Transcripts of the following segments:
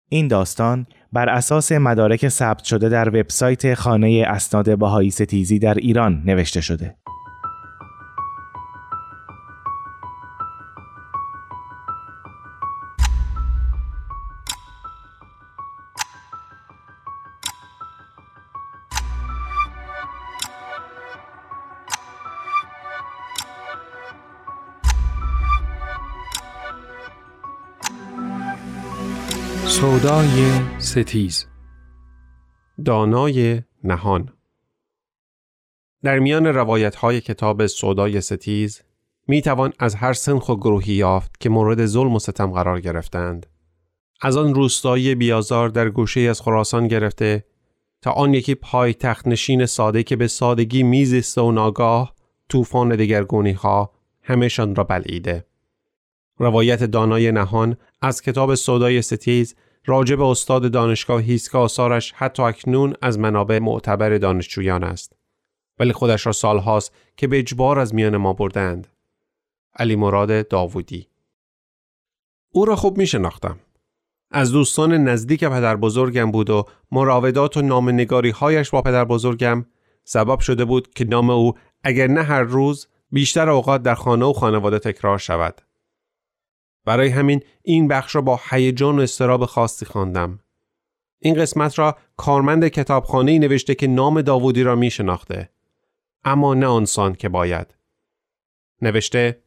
این داستان بر اساس مدارک ثبت شده در وبسایت خانه اسناد بهایی ستیزی در ایران نوشته شده. سودای ستیز. دانای نهان. در میان روایت‌های کتاب سودای ستیز می‌توان از هر سنخ و گروهی یافت که مورد ظلم و ستم قرار گرفتند. از آن روستایی بیازار در گوشه از خراسان گرفته تا آن یکی پایتخت نشین ساده که به سادگی میزیسته و ناگاه طوفان دگرگونی‌ها همه‌شان را بلعیده. روایت دانای نهان از کتاب سودای ستیز راجب استاد دانشگاهی است که آثارش حتی اکنون از منابع معتبر دانشجویان است، ولی خودش را سالهاست که به اجبار از میان ما بردند. علی مراد داوودی. او را خوب می شناختم. از دوستان نزدیک پدر بزرگم بود و مراودات و نامه‌نگاری هایش با پدر بزرگم سبب شده بود که نام او اگر نه هر روز بیشتر اوقات در خانه و خانواده تکرار شود. برای همین این بخش را با هیجان و اضطراب خاصی خواندم. این قسمت را کارمند کتابخانه‌ای نوشته که نام داوودی را می شناخته، اما نه آنسان که باید. نوشته: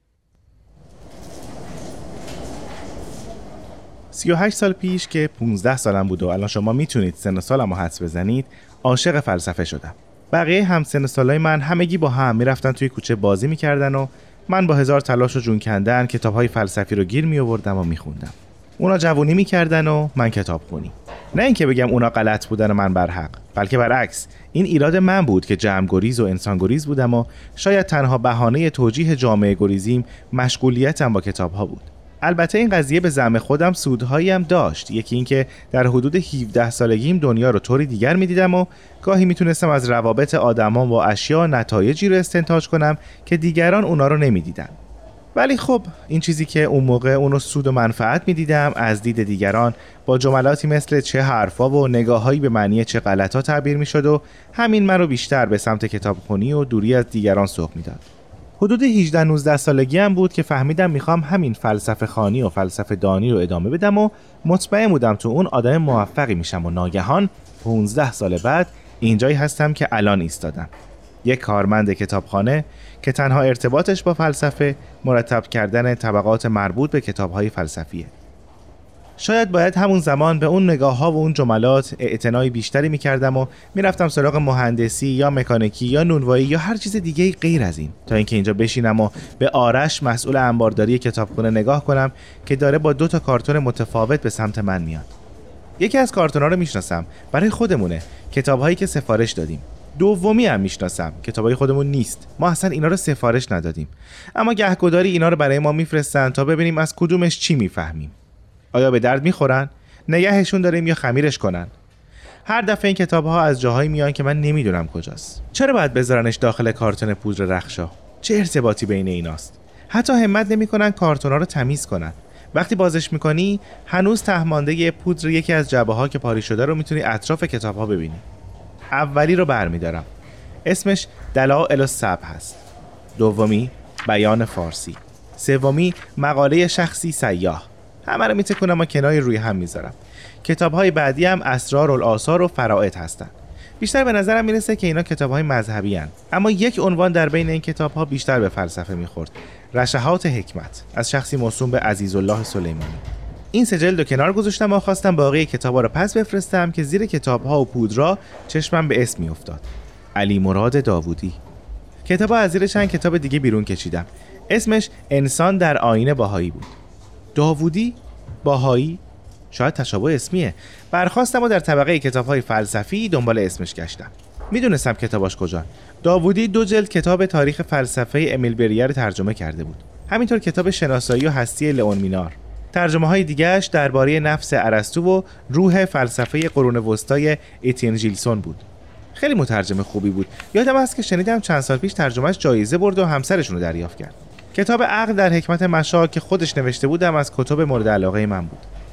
38 سال پیش که 15 سالم بود و الان شما میتونید سن و سالمو حدس بزنید، عاشق فلسفه شدم. بقیه همسن سالای من همگی با هم میرفتن توی کوچه بازی میکردن و من با هزار تلاش و جون کندن کتاب‌های فلسفی رو گیر می‌آوردم و می‌خوندم. اونا جوونی می‌کردن و من کتابخونی. نه اینکه بگم اونا غلط بودن و من بر حق، بلکه برعکس. این ایراد من بود که جمع‌گریز و انسان‌گریز بودم و شاید تنها بهانه توجیه جامعه گریزیم مشغولیتم با کتاب‌ها بود. البته این قضیه به زعم خودم سودهایی هم داشت. یکی این که در حدود 17 سالگیم دنیا رو طوری دیگر می‌دیدم و گاهی میتونستم از روابط آدما با اشیا نتایجی رو استنتاج کنم که دیگران اونا رو نمی‌دیدن. ولی خب این چیزی که اون موقع اونو سود و منفعت می‌دیدم از دید دیگران با جملاتی مثل چه حرفا و نگاهایی به معنی چه غلطا تعبیر می‌شد و همین منو بیشتر به سمت کتابخونی و دوری از دیگران سوق می‌داد. حدود 18-19 سالگی هم بود که فهمیدم میخوام همین فلسفه خوانی و فلسفه دانی رو ادامه بدم و مطمئن بودم تو اون آدم موفقی میشم و ناگهان 15 سال بعد اینجایی هستم که الان ایستادم. یک کارمند کتابخانه که تنها ارتباطش با فلسفه مرتب کردن طبقات مربوط به کتاب‌های فلسفیه. شاید باید همون زمان به اون نگاه‌ها و اون جملات اعتنای بیشتری می‌کردم و می‌رفتم سراغ مهندسی یا مکانیکی یا نونوایی یا هر چیز دیگه غیر از این، تا اینکه اینجا بشینم و به آرش مسئول انبارداری کتابخونه نگاه کنم که داره با 2 تا کارتون متفاوت به سمت من میاد. یکی از کارتون‌ها رو میشناسم، برای خودمونه، کتاب‌هایی که سفارش دادیم. دومی هم میشناسم، کتابای خودمون نیست، ما اصلا اینا رو سفارش ندادیم، اما گهگداری اینا رو برای ما میفرستن تا ببینیم از کدومش چی میفهمیم. آیا به درد میخورن؟ نگهشون داریم یا خمیرش کنن؟ هر دفعه این کتاب‌ها از جاهایی میان که من نمیدونم کجاست. چرا باید بذارنش داخل کارتون پودر رخشا؟ چه ارتباطی بین ایناست؟ حتی همت نمیکنن کارتونا رو تمیز کنن. وقتی بازش میکنی هنوز ته مانده پودر یکی از جعبه‌ها که پاری شده رو میتونی اطراف کتاب‌ها ببینی. اولی رو برمیدارم، اسمش دلائل الصبح هست. دومی بیان فارسی. سومی مقاله شخصی سیاح. همه رو میتکنم و کنای روی هم میذارم. کتاب‌های بعدی هم اسرار الآثار و فرائض هستن. بیشتر به نظرم میرسه که اینا کتاب‌های مذهبی هستن، اما یک عنوان در بین این کتاب‌ها بیشتر به فلسفه میخورد: رشحات حکمت از شخصی موسوم به عزیزالله سلیمانی. این سه جلد رو کنار گذاشتم و خواستم باقی کتاب‌ها رو پس بفرستم که زیر کتاب‌ها و پودرا چشمم به اسم میافتاد: علی مراد داوودی. کتاب‌ها از زیر چند کتاب دیگه بیرون کشیدم. اسمش انسان در آیین بهایی بود. داوودی؟ باهایی؟ شاید تشابه اسمیه. برخواستم و در طبقه کتاب‌های فلسفی دنبال اسمش گشتم. میدونستم کتاباش کجا. داوودی 2 جلد کتاب تاریخ فلسفه امیل بریر ترجمه کرده بود. همینطور کتاب شناسایی و هستی لئون مینار. ترجمه‌های دیگه‌اش درباره نفس ارسطو و روح فلسفه قرون وسطای ایتین ژیلسون بود. خیلی مترجم خوبی بود. یادم هست که شنیدم چند سال پیش ترجمه‌اش جایزه برد و همسرشون رو دریافت کرد. کتاب عقل در حکمت مشاع که خودش نوشته بودم از کتب مورد علاقه من بود.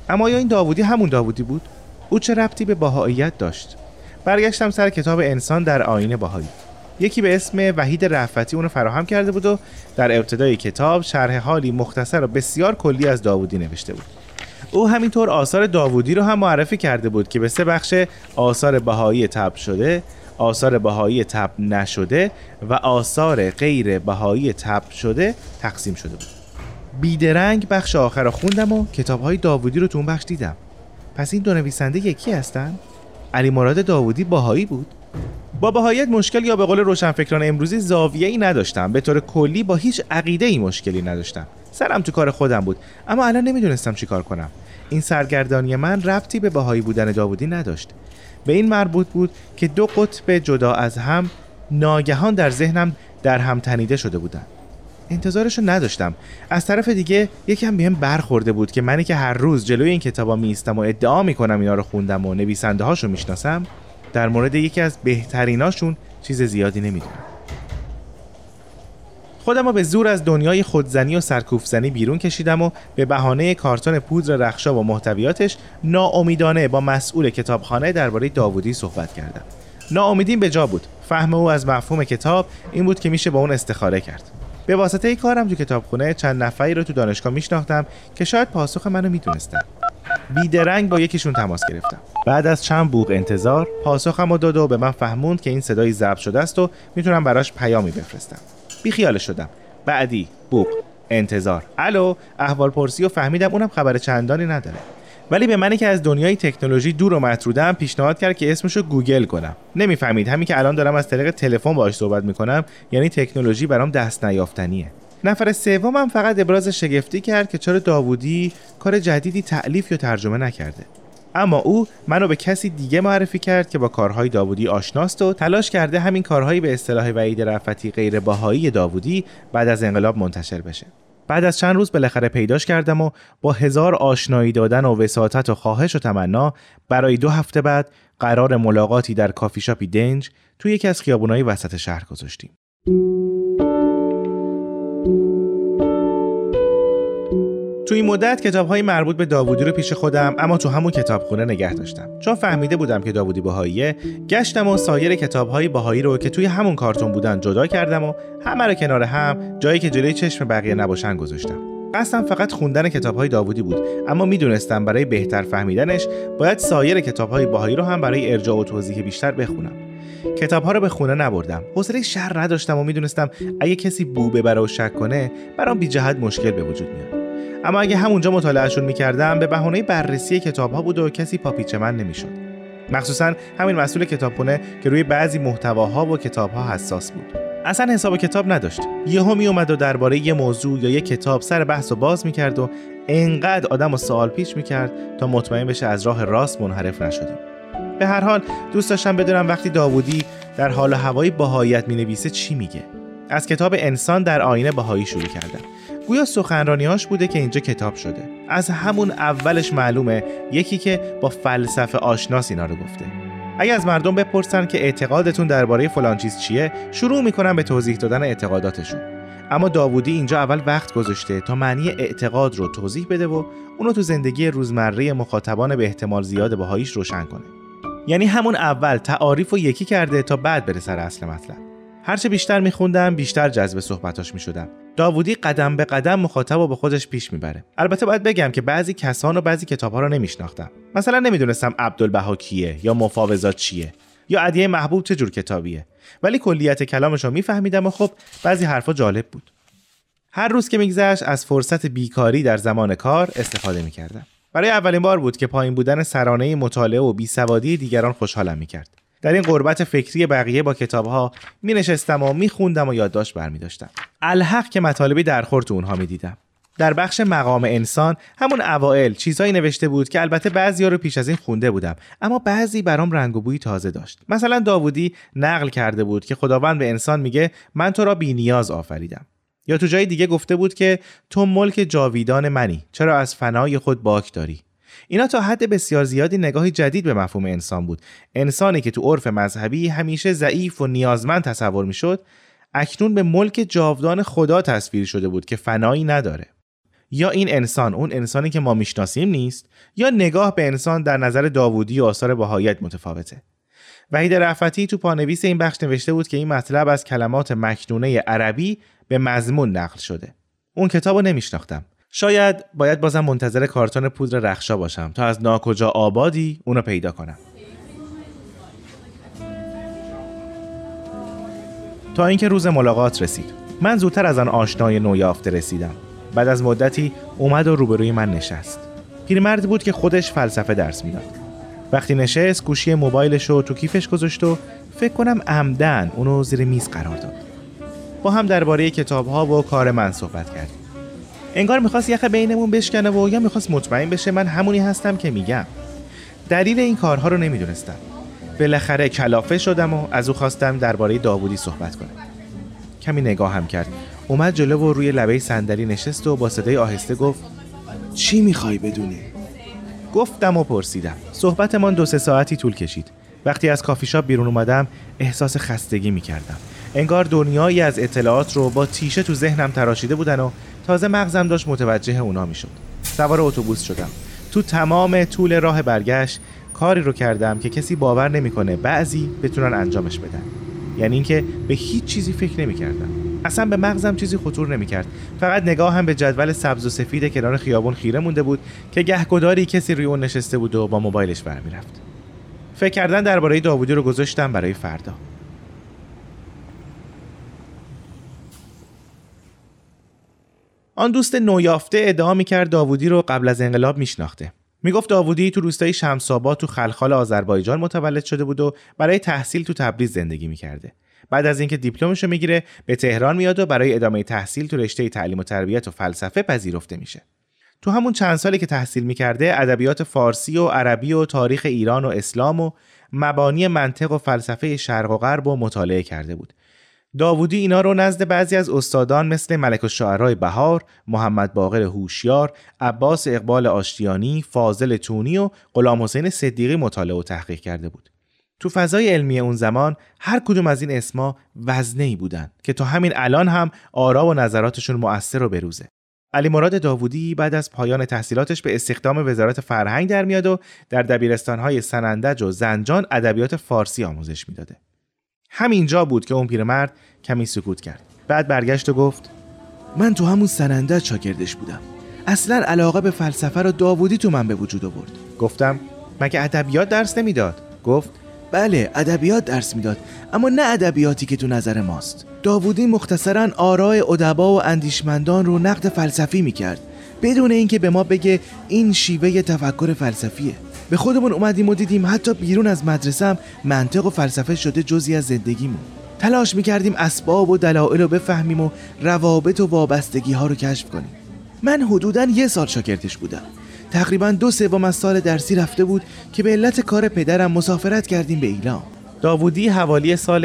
اما آیا این داوودی همون داوودی بود؟ او چه ربطی به بهائیت داشت؟ برگشتم سر کتاب انسان در آیین بهایی. یکی به اسم وحید رفعتی اونو فراهم کرده بود و در ابتدای کتاب شرح حالی مختصر و بسیار کلی از داوودی نوشته بود. او همینطور آثار داوودی رو هم معرفی کرده بود که به 3 بخش آثار بهایی طبع شده، آثار بهایی طبع نشده و آثار غیر بهایی طبع شده تقسیم شده بود. بیدرنگ بخش آخر رو خوندم و کتاب‌های داوودی رو تو اون بخش دیدم. پس این 2 نویسنده یکی هستن؟ علی مراد داوودی بهایی بود؟ با بهاییت مشکل یا به قول روشنفکران امروزی زاویه‌ای نداشتم. به طور کلی با هیچ عقیده‌ای مشکلی نداشتم. سرم تو کار خودم بود، اما الان نمیدونستم چی کار کنم. این سرگردانی من ربطی به بهایی بودن داوودی نداشت. به این مربوط بود که 2 قطب جدا از هم ناگهان در ذهنم در هم تنیده شده بودند. انتظارشو نداشتم. از طرف دیگه یکم بهم برخورده بود که منی که هر روز جلوی این کتابا میستم و ادعا میکنم اینا رو خوندم و نویسنده هاشو میشناسم، در مورد یکی از بهتریناشون چیز زیادی نمیدونم. خودم رو به زور از دنیای خودزنی و سرکوفزنی بیرون کشیدم و به بهانه کارتون پودر رخشا و محتویاتش ناامیدانه با مسئول کتابخانه درباره داوودی صحبت کردم. ناامیدیم به جا بود. فهم او از مفهوم کتاب این بود که میشه با اون استخاره کرد. به واسطه ای کارم تو کتابخونه چند نفری رو تو دانشگاه میشناختم که شاید پاسخ منو میدونستن. بیدرنگ با یکیشون تماس گرفتم. بعد از چند بوق انتظار پاسخمو داد و به من فهموند که این صدای ضبط شده است و میتونم براش پیامی بفرستم. بی خیال شدم. بعدی بوق انتظار الو احوال پرسی و فهمیدم اونم خبر چندانی نداره. ولی به منی که از دنیای تکنولوژی دور و مطرودم پیشنهاد کرد که اسمشو گوگل کنم. نمیفهمید همین که الان دارم از طریق تلفن باهاش صحبت میکنم یعنی تکنولوژی برام دست نیافتنیه. نفر سومم فقط ابراز شگفتی کرد که چرا داوودی کار جدیدی تألیف یا ترجمه نکرده. اما او منو به کسی دیگه معرفی کرد که با کارهای داوودی آشناست و تلاش کرده همین کارهایی به اصطلاح وحید رفعتی غیر بهایی داوودی بعد از انقلاب منتشر بشه. بعد از چند روز بالاخره پیداش کردم و با 1000 آشنایی دادن و وساطت و خواهش و تمنا برای 2 هفته بعد قرار ملاقاتی در کافی شاپی دنج توی یکی از خیابونای وسط شهر گذاشتیم. تو این مدت کتاب‌های مربوط به داوودی رو پیش خودم اما تو همون کتابخونه نگه داشتم. چون فهمیده بودم که داوودی بهاییه، گشتم و سایر کتاب‌های بهایی رو که توی همون کارتون بودن جدا کردم و همه رو کنار هم جایی که جلوی چشم بقیه نباشن گذاشتم. قصدم فقط خوندن کتاب‌های داوودی بود، اما میدونستم برای بهتر فهمیدنش باید سایر کتاب‌های بهایی رو هم برای ارجاع و توضیح بیشتر بخونم. کتاب‌ها رو به خونه نبردم. حوصله شر نداشتم و میدونستم اگه کسی بو ببره و شک کنه، برام بی جهت مشکل به وجود میاد. اما اگه همونجا مطالعهشون میکردم به بهانه بررسی کتاب‌ها بود و کسی پاپیچ من نمیشد. مخصوصا همین مسئول کتابخونه که روی بعضی محتواها و کتاب‌ها حساس بود. اصلا حساب کتاب نداشت. یهو میومد و درباره یه موضوع یا یه کتاب سر بحث و باز میکرد و انقدر آدمو سوال پیچ میکرد تا مطمئن بشه از راه راست منحرف نشدیم. به هر حال دوست داشتم بدونم وقتی داوودی در حال و هوای بهاییت مینویسه چی میگه. از کتاب انسان در آیین بهایی شروع کردم. گویا سخنرانی‌هاش بوده که اینجا کتاب شده. از همون اولش معلومه یکی که با فلسفه آشناس اینا رو گفته. اگه از مردم بپرسن که اعتقادتون درباره فلان چیز چیه، شروع میکنن به توضیح دادن اعتقاداتشون. اما داوودی اینجا اول وقت گذاشته تا معنی اعتقاد رو توضیح بده و اونو تو زندگی روزمره مخاطبان به احتمال زیاد بهاییش روشن کنه. یعنی همون اول تعاریف رو یکی کرده تا بعد بره سر اصل مطلب. هرچه بیشتر میخوندم بیشتر جذب صحبتاش میشدم. داوودی قدم به قدم مخاطب رو به خودش پیش میبره. البته باید بگم که بعضی کسان و بعضی کتاب‌ها رو نمیشناختم. مثلا نمیدونستم عبدالبها کیه یا مفاوضات چیه یا ادعیه محبوب چه جور کتابیه، ولی کلیت کلامش رو میفهمیدم و خب بعضی حرفا جالب بود. هر روز که میگذشت از فرصت بیکاری در زمان کار استفاده میکردم. برای اولین بار بود که پایین بودن سرانه مطالعه و بیسوادی دیگران خوشحالم میکرد. در این غربت فکری بقیه با کتاب‌ها می‌نشستم و می‌خوندم و یادداشت برمی‌داشتم. الحق که مطالبی درخور تو اونها می‌دیدم. در بخش مقام انسان همون اوایل چیزایی نوشته بود که البته بعضی‌ها رو پیش از این خونده بودم، اما بعضی برام رنگ و بوی تازه داشت. مثلا داوودی نقل کرده بود که خداوند به انسان میگه من تو را بی‌نیاز آفریدم. یا تو جای دیگه گفته بود که تو ملک جاویدان منی، چرا از فنای خود باک داری؟ اینا تا حد بسیار زیادی نگاهی جدید به مفهوم انسان بود. انسانی که تو عرف مذهبی همیشه ضعیف و نیازمند تصور میشد، اکنون به ملک جاودان خدا تصویر شده بود که فنایی نداره. یا این انسان اون انسانی که ما میشناسیم نیست، یا نگاه به انسان در نظر داوودی و آثار بهائیت متفاوته. وحید رأفتی تو پانویس این بخش نوشته بود که این مطلب از کلمات مکنونه عربی به مضمون نقل شده. اون کتابو نمیشناختم. شاید باید بازم منتظر کارتون پودر رخشا باشم تا از ناکجا آبادی اونو پیدا کنم. تا اینکه روز ملاقات رسید. من زودتر از آن آشنای نویافته رسیدم. بعد از مدتی اومد و روبروی من نشست. پیرمردی بود که خودش فلسفه درس میداد. وقتی نشست گوشی موبایلش رو تو کیفش گذاشت و فکر کنم عمدن اونو زیر میز قرار داد. با هم درباره کتاب‌ها و کار من صحبت کردیم. انگار می‌خواست یخ بینمون بشکنه و یا می‌خواست مطمئن بشه من همونی هستم که میگم. دلیل این کارها رو نمیدونستم. بالاخره کلافه شدم و از او خواستم درباره داوودی صحبت کنم. کمی نگاهم کرد. اومد جلو و روی لبه صندلی نشست و با صدای آهسته گفت: چی می‌خوای بدونی؟ گفتم و پرسیدم. صحبتمان 2-3 ساعتی طول کشید. وقتی از کافی شاپ بیرون اومدم احساس خستگی می‌کردم. انگار دنیایی از اطلاعات رو با تیشه تو ذهنم تراشیده بودن و تازه مغزم داشت متوجه اونا میشد. سوار اتوبوس شدم. تو تمام طول راه برگشت کاری رو کردم که کسی باور نمیکنه بعضی بتونن انجامش بدن. یعنی اینکه به هیچ چیزی فکر نمی‌کردم. اصلا به مغزم چیزی خطور نمی‌کرد. فقط نگاهم به جدول سبز و سفید کنار خیابون خیره مونده بود که گهگداری کسی روی اون نشسته بود و با موبایلش برمی‌رفت. فکر کردن درباره داوودی رو گذاشتم برای فردا. آن دوست نویافته ادعا می‌کرد داوودی رو قبل از انقلاب میشناخته. میگفت داوودی تو روستای شمس‌آباد تو خلخال آذربایجان متولد شده بود و برای تحصیل تو تبریز زندگی می‌کرده. بعد از اینکه دیپلمش رو میگیره به تهران میاد و برای ادامه تحصیل تو رشته تعلیم و تربیت و فلسفه پذیرفته میشه. تو همون چند سالی که تحصیل می‌کرده ادبیات فارسی و عربی و تاریخ ایران و اسلام و مبانی منطق و فلسفه شرق و غرب رو مطالعه کرده بود. داوودی اینا رو نزد بعضی از استادان مثل ملک الشعرای بهار، محمد باقر هوشیار، عباس اقبال آشتیانی، فاضل تونی و غلام حسین صدیقی مطالعه و تحقیق کرده بود. تو فضای علمی اون زمان هر کدوم از این اسما وزنه‌ای بودن که تا همین الان هم آرا و نظراتشون مؤثر و بروزه. علی مراد داوودی بعد از پایان تحصیلاتش به استخدام وزارت فرهنگ در میاد و در دبیرستان‌های سنندج و زنجان ادبیات فارسی آموزش میداده. همینجا بود که اون پیرمرد کمی سکوت کرد. بعد برگشت و گفت: من تو همون سنندج شاگردش بودم. اصلا علاقه به فلسفه رو داوودی تو من به وجود آورد. گفتم: مگه ادبیات درس نمیداد؟ گفت: بله ادبیات درس میداد، اما نه ادبیاتی که تو نظر ماست. داوودی مختصراً آراء ادبا و اندیشمندان رو نقد فلسفی میکرد بدون اینکه به ما بگه این شیوه تفکر فلسفیه. به خودمون اومدیم و دیدیم حتی بیرون از مدرسه هم منطق و فلسفه شده جزئی از زندگیمون. تلاش میکردیم اسباب و دلایل رو بفهمیم و روابط و وابستگی ها رو کشف کنیم. من حدوداً 1 سال شاگردش بودم. تقریباً 2/3 از سال درسی رفته بود که به علت کار پدرم مسافرت کردیم به ایلام. داوودی حوالی سال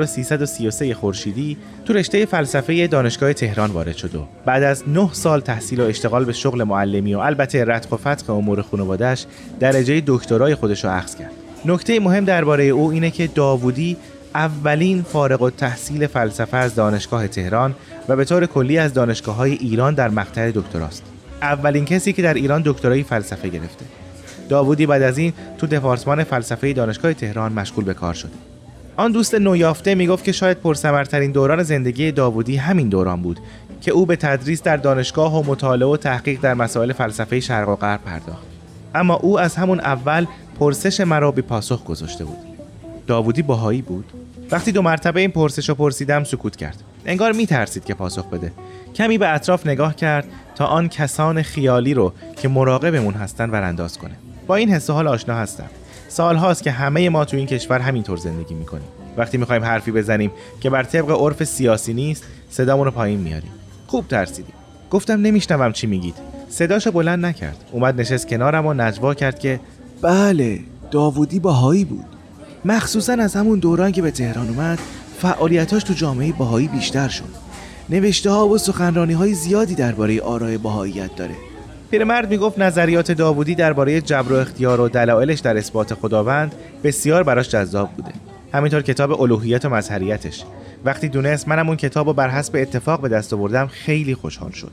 1333 خورشیدی تو رشته فلسفه دانشگاه تهران وارد شد و بعد از 9 سال تحصیل و اشتغال به شغل معلمی و البته رتق و فتق امور خانواده‌اش درجه دکترای خودش رو اخذ کرد. نکته مهم درباره او اینه که داوودی اولین فارغ التحصیل فلسفه از دانشگاه تهران و به طور کلی از دانشگاه‌های ایران در مقطع دکتراست. اولین کسی که در ایران دکترای فلسفه گرفته. داوودی بعد از این تو دپارتمان فلسفه دانشگاه تهران مشغول به کار شده. آن دوست نویافته میگفت که شاید پرثمرترین دوران زندگی داوودی همین دوران بود که او به تدریس در دانشگاه و مطالعه و تحقیق در مسائل فلسفه شرق و غرب پرداخت. اما او از همون اول پرسش مرا بی پاسخ گذاشته بود. داوودی بهایی بود؟ وقتی 2 مرتبه این پرسشو پرسیدم سکوت کرد. انگار میترسید که پاسخ بده. کمی به اطراف نگاه کرد تا آن کسان خیالی رو که مراقبمون هستن ورانداز کنه. با این حس و حال آشنا هستم. سالهاست که همه ما تو این کشور همینطور زندگی میکنیم. وقتی میخوایم حرفی بزنیم که بر طبق عرف سیاسی نیست، صدامون رو پایین میاریم. خوب ترسیدیم. گفتم نمیشنوم چی میگید. صداشو بلند نکرد. اومد نشست کنارم و نجوا کرد که بله، داوودی بهایی بود. مخصوصا از همون دوران که به تهران اومد، فعالیتاش تو جامعه بهایی بیشتر شد. نوشته‌ها و سخنرانی‌های زیادی درباره آراء بهاییت داره. پیرمرد میگفت نظریات داوودی درباره جبر و اختیار و دلایلش در اثبات خداوند بسیار براش جذاب بوده. همینطور کتاب الوهیت و مظهریتش. وقتی دونست منم اون کتابو بر حسب اتفاق به دست آوردم خیلی خوشحال شد.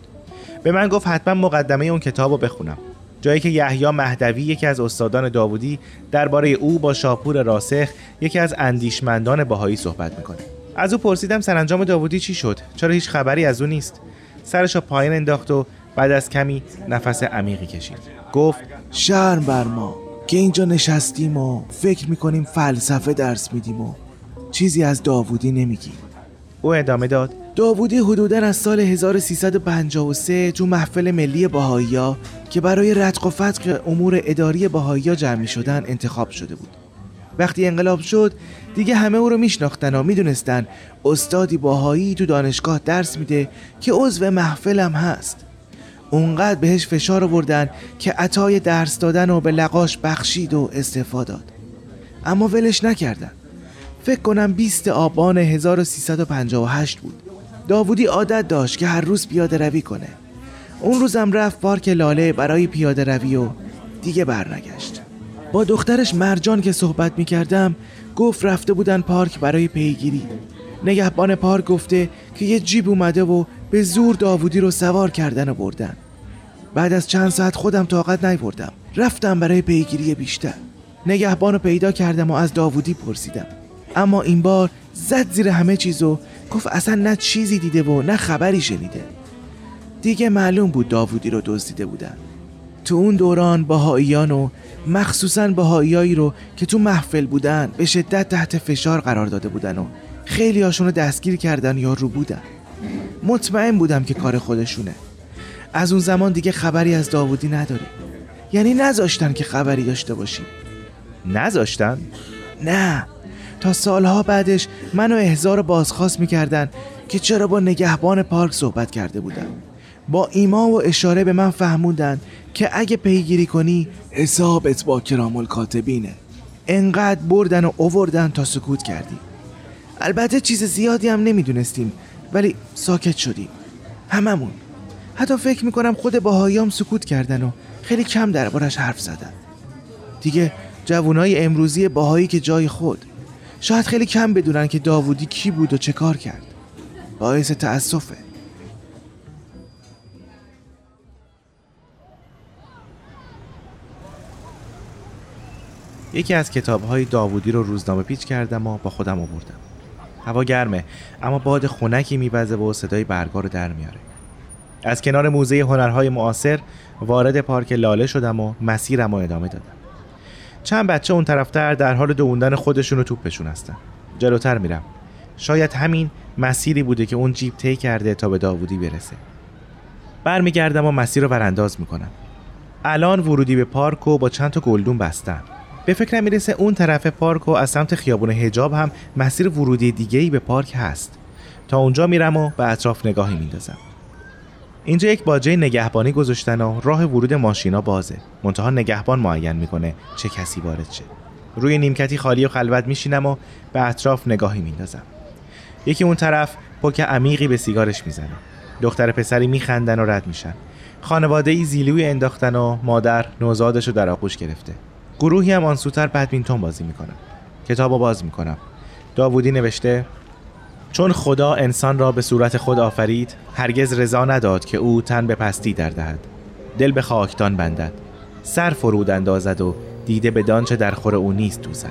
به من گفت حتما مقدمه اون کتاب رو بخونم، جایی که یحیی مهدوی یکی از استادان داوودی درباره او با شاپور راسخ یکی از اندیشمندان بهایی صحبت میکنه. از او پرسیدم سرانجام داوودی چی شد؟ چرا هیچ خبری از او نیست؟ سرش رو پایین انداخت و بعد از کمی نفس عمیقی کشید. گفت شرم بر ما که اینجا نشستیم و فکر میکنیم فلسفه درس میدیم و چیزی از داوودی نمیگیم. او ادامه داد داوودی حدوداً از سال 1353 تو محفل ملی بهائی‌ها که برای رتق و فتق امور اداری بهائی‌ها جمع شدن انتخاب شده بود. وقتی انقلاب شد دیگه همه او رو میشناختن و میدونستن استادی بهایی تو دانشگاه درس میده که عضو محفلم هست. اونقدر بهش فشار آوردن که عطای درس دادن و به لقاش بخشید و استعفا داد. اما ولش نکردن. فکر کنم 20 آبان 1358 بود. داوودی عادت داشت که هر روز پیاده روی کنه. اون روزم رفت پارک لاله برای پیاده روی و دیگه برنگشت. با دخترش مرجان که صحبت میکردم گفت رفته بودن پارک برای پیگیری. نگهبان پارک گفته که یه جیب اومده و به زور داوودی رو سوار کردن و بردن. بعد از چند ساعت خودم طاقت نیاوردم، رفتم برای پیگیری بیشتر. نگهبان رو پیدا کردم و از داوودی پرسیدم، اما این بار زد زیر همه چیزو، گفت اصلا نه چیزی دیده و نه خبری شنیده. دیگه معلوم بود داوودی رو دزدیده بودن. تو اون دوران بهائیان و مخصوصاً بهائیایی رو که تو محفل بودن به شدت تحت فشار قرار داده بودن و خیلی هاشون رو دستگیر کردن یا رو بودن. مطمئن بودم که کار خودشونه. از اون زمان دیگه خبری از داوودی نداریم. یعنی نذاشتن که خبری داشته باشیم. نذاشتن؟ نه، تا سالها بعدش منو احضار بازخواست میکردن که چرا با نگهبان پارک صحبت کرده بودم. با ایما و اشاره به من فهموندن که اگه پیگیری کنی حسابت با کرام الکاتبینه. انقدر بردن و آوردن تا سکوت کردیم. البته چیز زیادی هم نمیدونستیم ولی ساکت شدیم هممون. حتی فکر میکنم خود بهائیام سکوت کردن و خیلی کم دربارش حرف زدن. دیگه جوانای امروزی بهایی که جای خود، شاید خیلی کم بدونن که داوودی کی بود و چه کار کرد. باعث تأسفه. یکی از کتاب‌های داوودی رو روزنامه پیچ کردم و با خودم آوردم. هوا گرمه اما باد خنکی میوزه و صدای برگا رو در میاره. از کنار موزه هنرهای معاصر وارد پارک لاله شدم و مسیرم رو ادامه دادم. چند بچه اون طرفتر در حال دووندن خودشون و توپشون هستن. جلوتر میرم. شاید همین مسیری بوده که اون جیب طی کرده تا به داوودی برسه. برمیگردم و مسیر رو ورانداز میکنم. الان ورودی به پارک رو با چند تا گلدون بستن. به فکرم میرسه اون طرف پارک و از سمت خیابون حجاب هم مسیر ورودی دیگه‌ای به پارک هست. تا اونجا میرم و به اطراف نگاهی میندازم. اینجا یک باجه نگهبانی گذاشتن و راه ورود ماشینا بازه. منتها نگهبان معین میکنه چه کسی وارد شه. روی نیمکتی خالی و خلوت میشینم و به اطراف نگاهی میندازم. یکی اون طرف پک عمیقی به سیگارش میزنه. دختر پسری میخندن و رد میشن. خانواده‌ای زیلوی انداختن و مادر نوزادشو در آغوش گرفته. گروهی هم آنسوتر بدمینتون بازی میکنن. کتابو باز میکنم. داوودی نوشته: چون خدا انسان را به صورت خود آفرید، هرگز رضا نداد که او تن به پستی در دهد. دل به خاکدان بندد، سر فرود اندازد و دیده به دانچه در خور او نیست دوزد.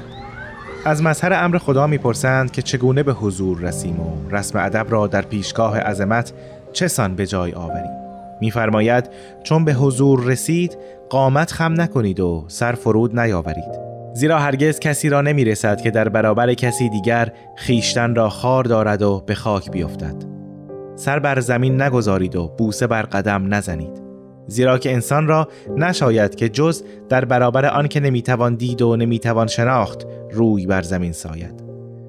از مظهر امر خدا میپرسند که چگونه به حضور رسیم و رسم ادب را در پیشگاه عظمت چه سان به جای آوریم. میفرماید چون به حضور رسید قامت خم نکنید و سر فرود نیاورید، زیرا هرگز کسی را نمیرسد که در برابر کسی دیگر خیشتن را خار دارد و به خاک بیفتد. سر بر زمین نگذارید و بوسه بر قدم نزنید، زیرا که انسان را نشاید که جز در برابر آن که نمیتوان دید و نمیتوان شناخت روی بر زمین ساید.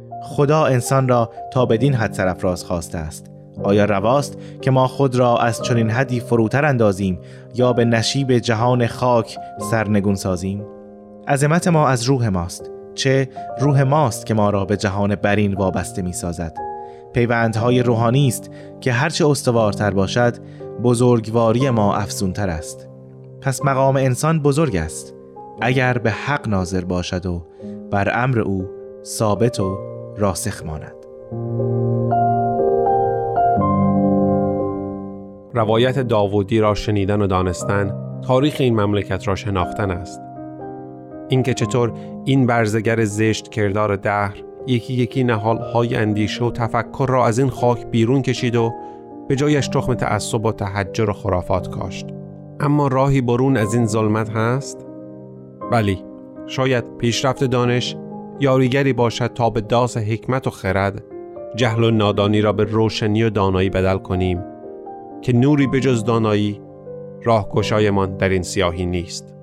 خدا انسان را تا بدین حد سرافراز خواسته است. آیا رواست که ما خود را از چنین حدی فروتر اندازیم یا به نشیب جهان خاک سرنگون سازیم؟ عظمت ما از روح ماست، چه روح ماست که ما را به جهان برین وابسته می سازد. پیوندهای روحانی است که هرچه استوارتر باشد بزرگواری ما افزونتر است. پس مقام انسان بزرگ است اگر به حق ناظر باشد و بر امر او ثابت و راسخ ماند. روایت داوودی را شنیدن و دانستن تاریخ این مملکت را شناختن است. اینکه چطور این برزگر زشت کردار دهر یکی یکی نهال‌های اندیشه و تفکر را از این خاک بیرون کشید و به جایش تخم تعصب و تحجر و خرافات کاشت. اما راهی برون از این ظلمت هست؟ بلی، شاید پیشرفت دانش یاریگری باشد تا به داس حکمت و خرد جهل و نادانی را به روشنی و دانایی بدل کنیم که نوری به جز دانایی راهگشایمان در این سیاهی نیست.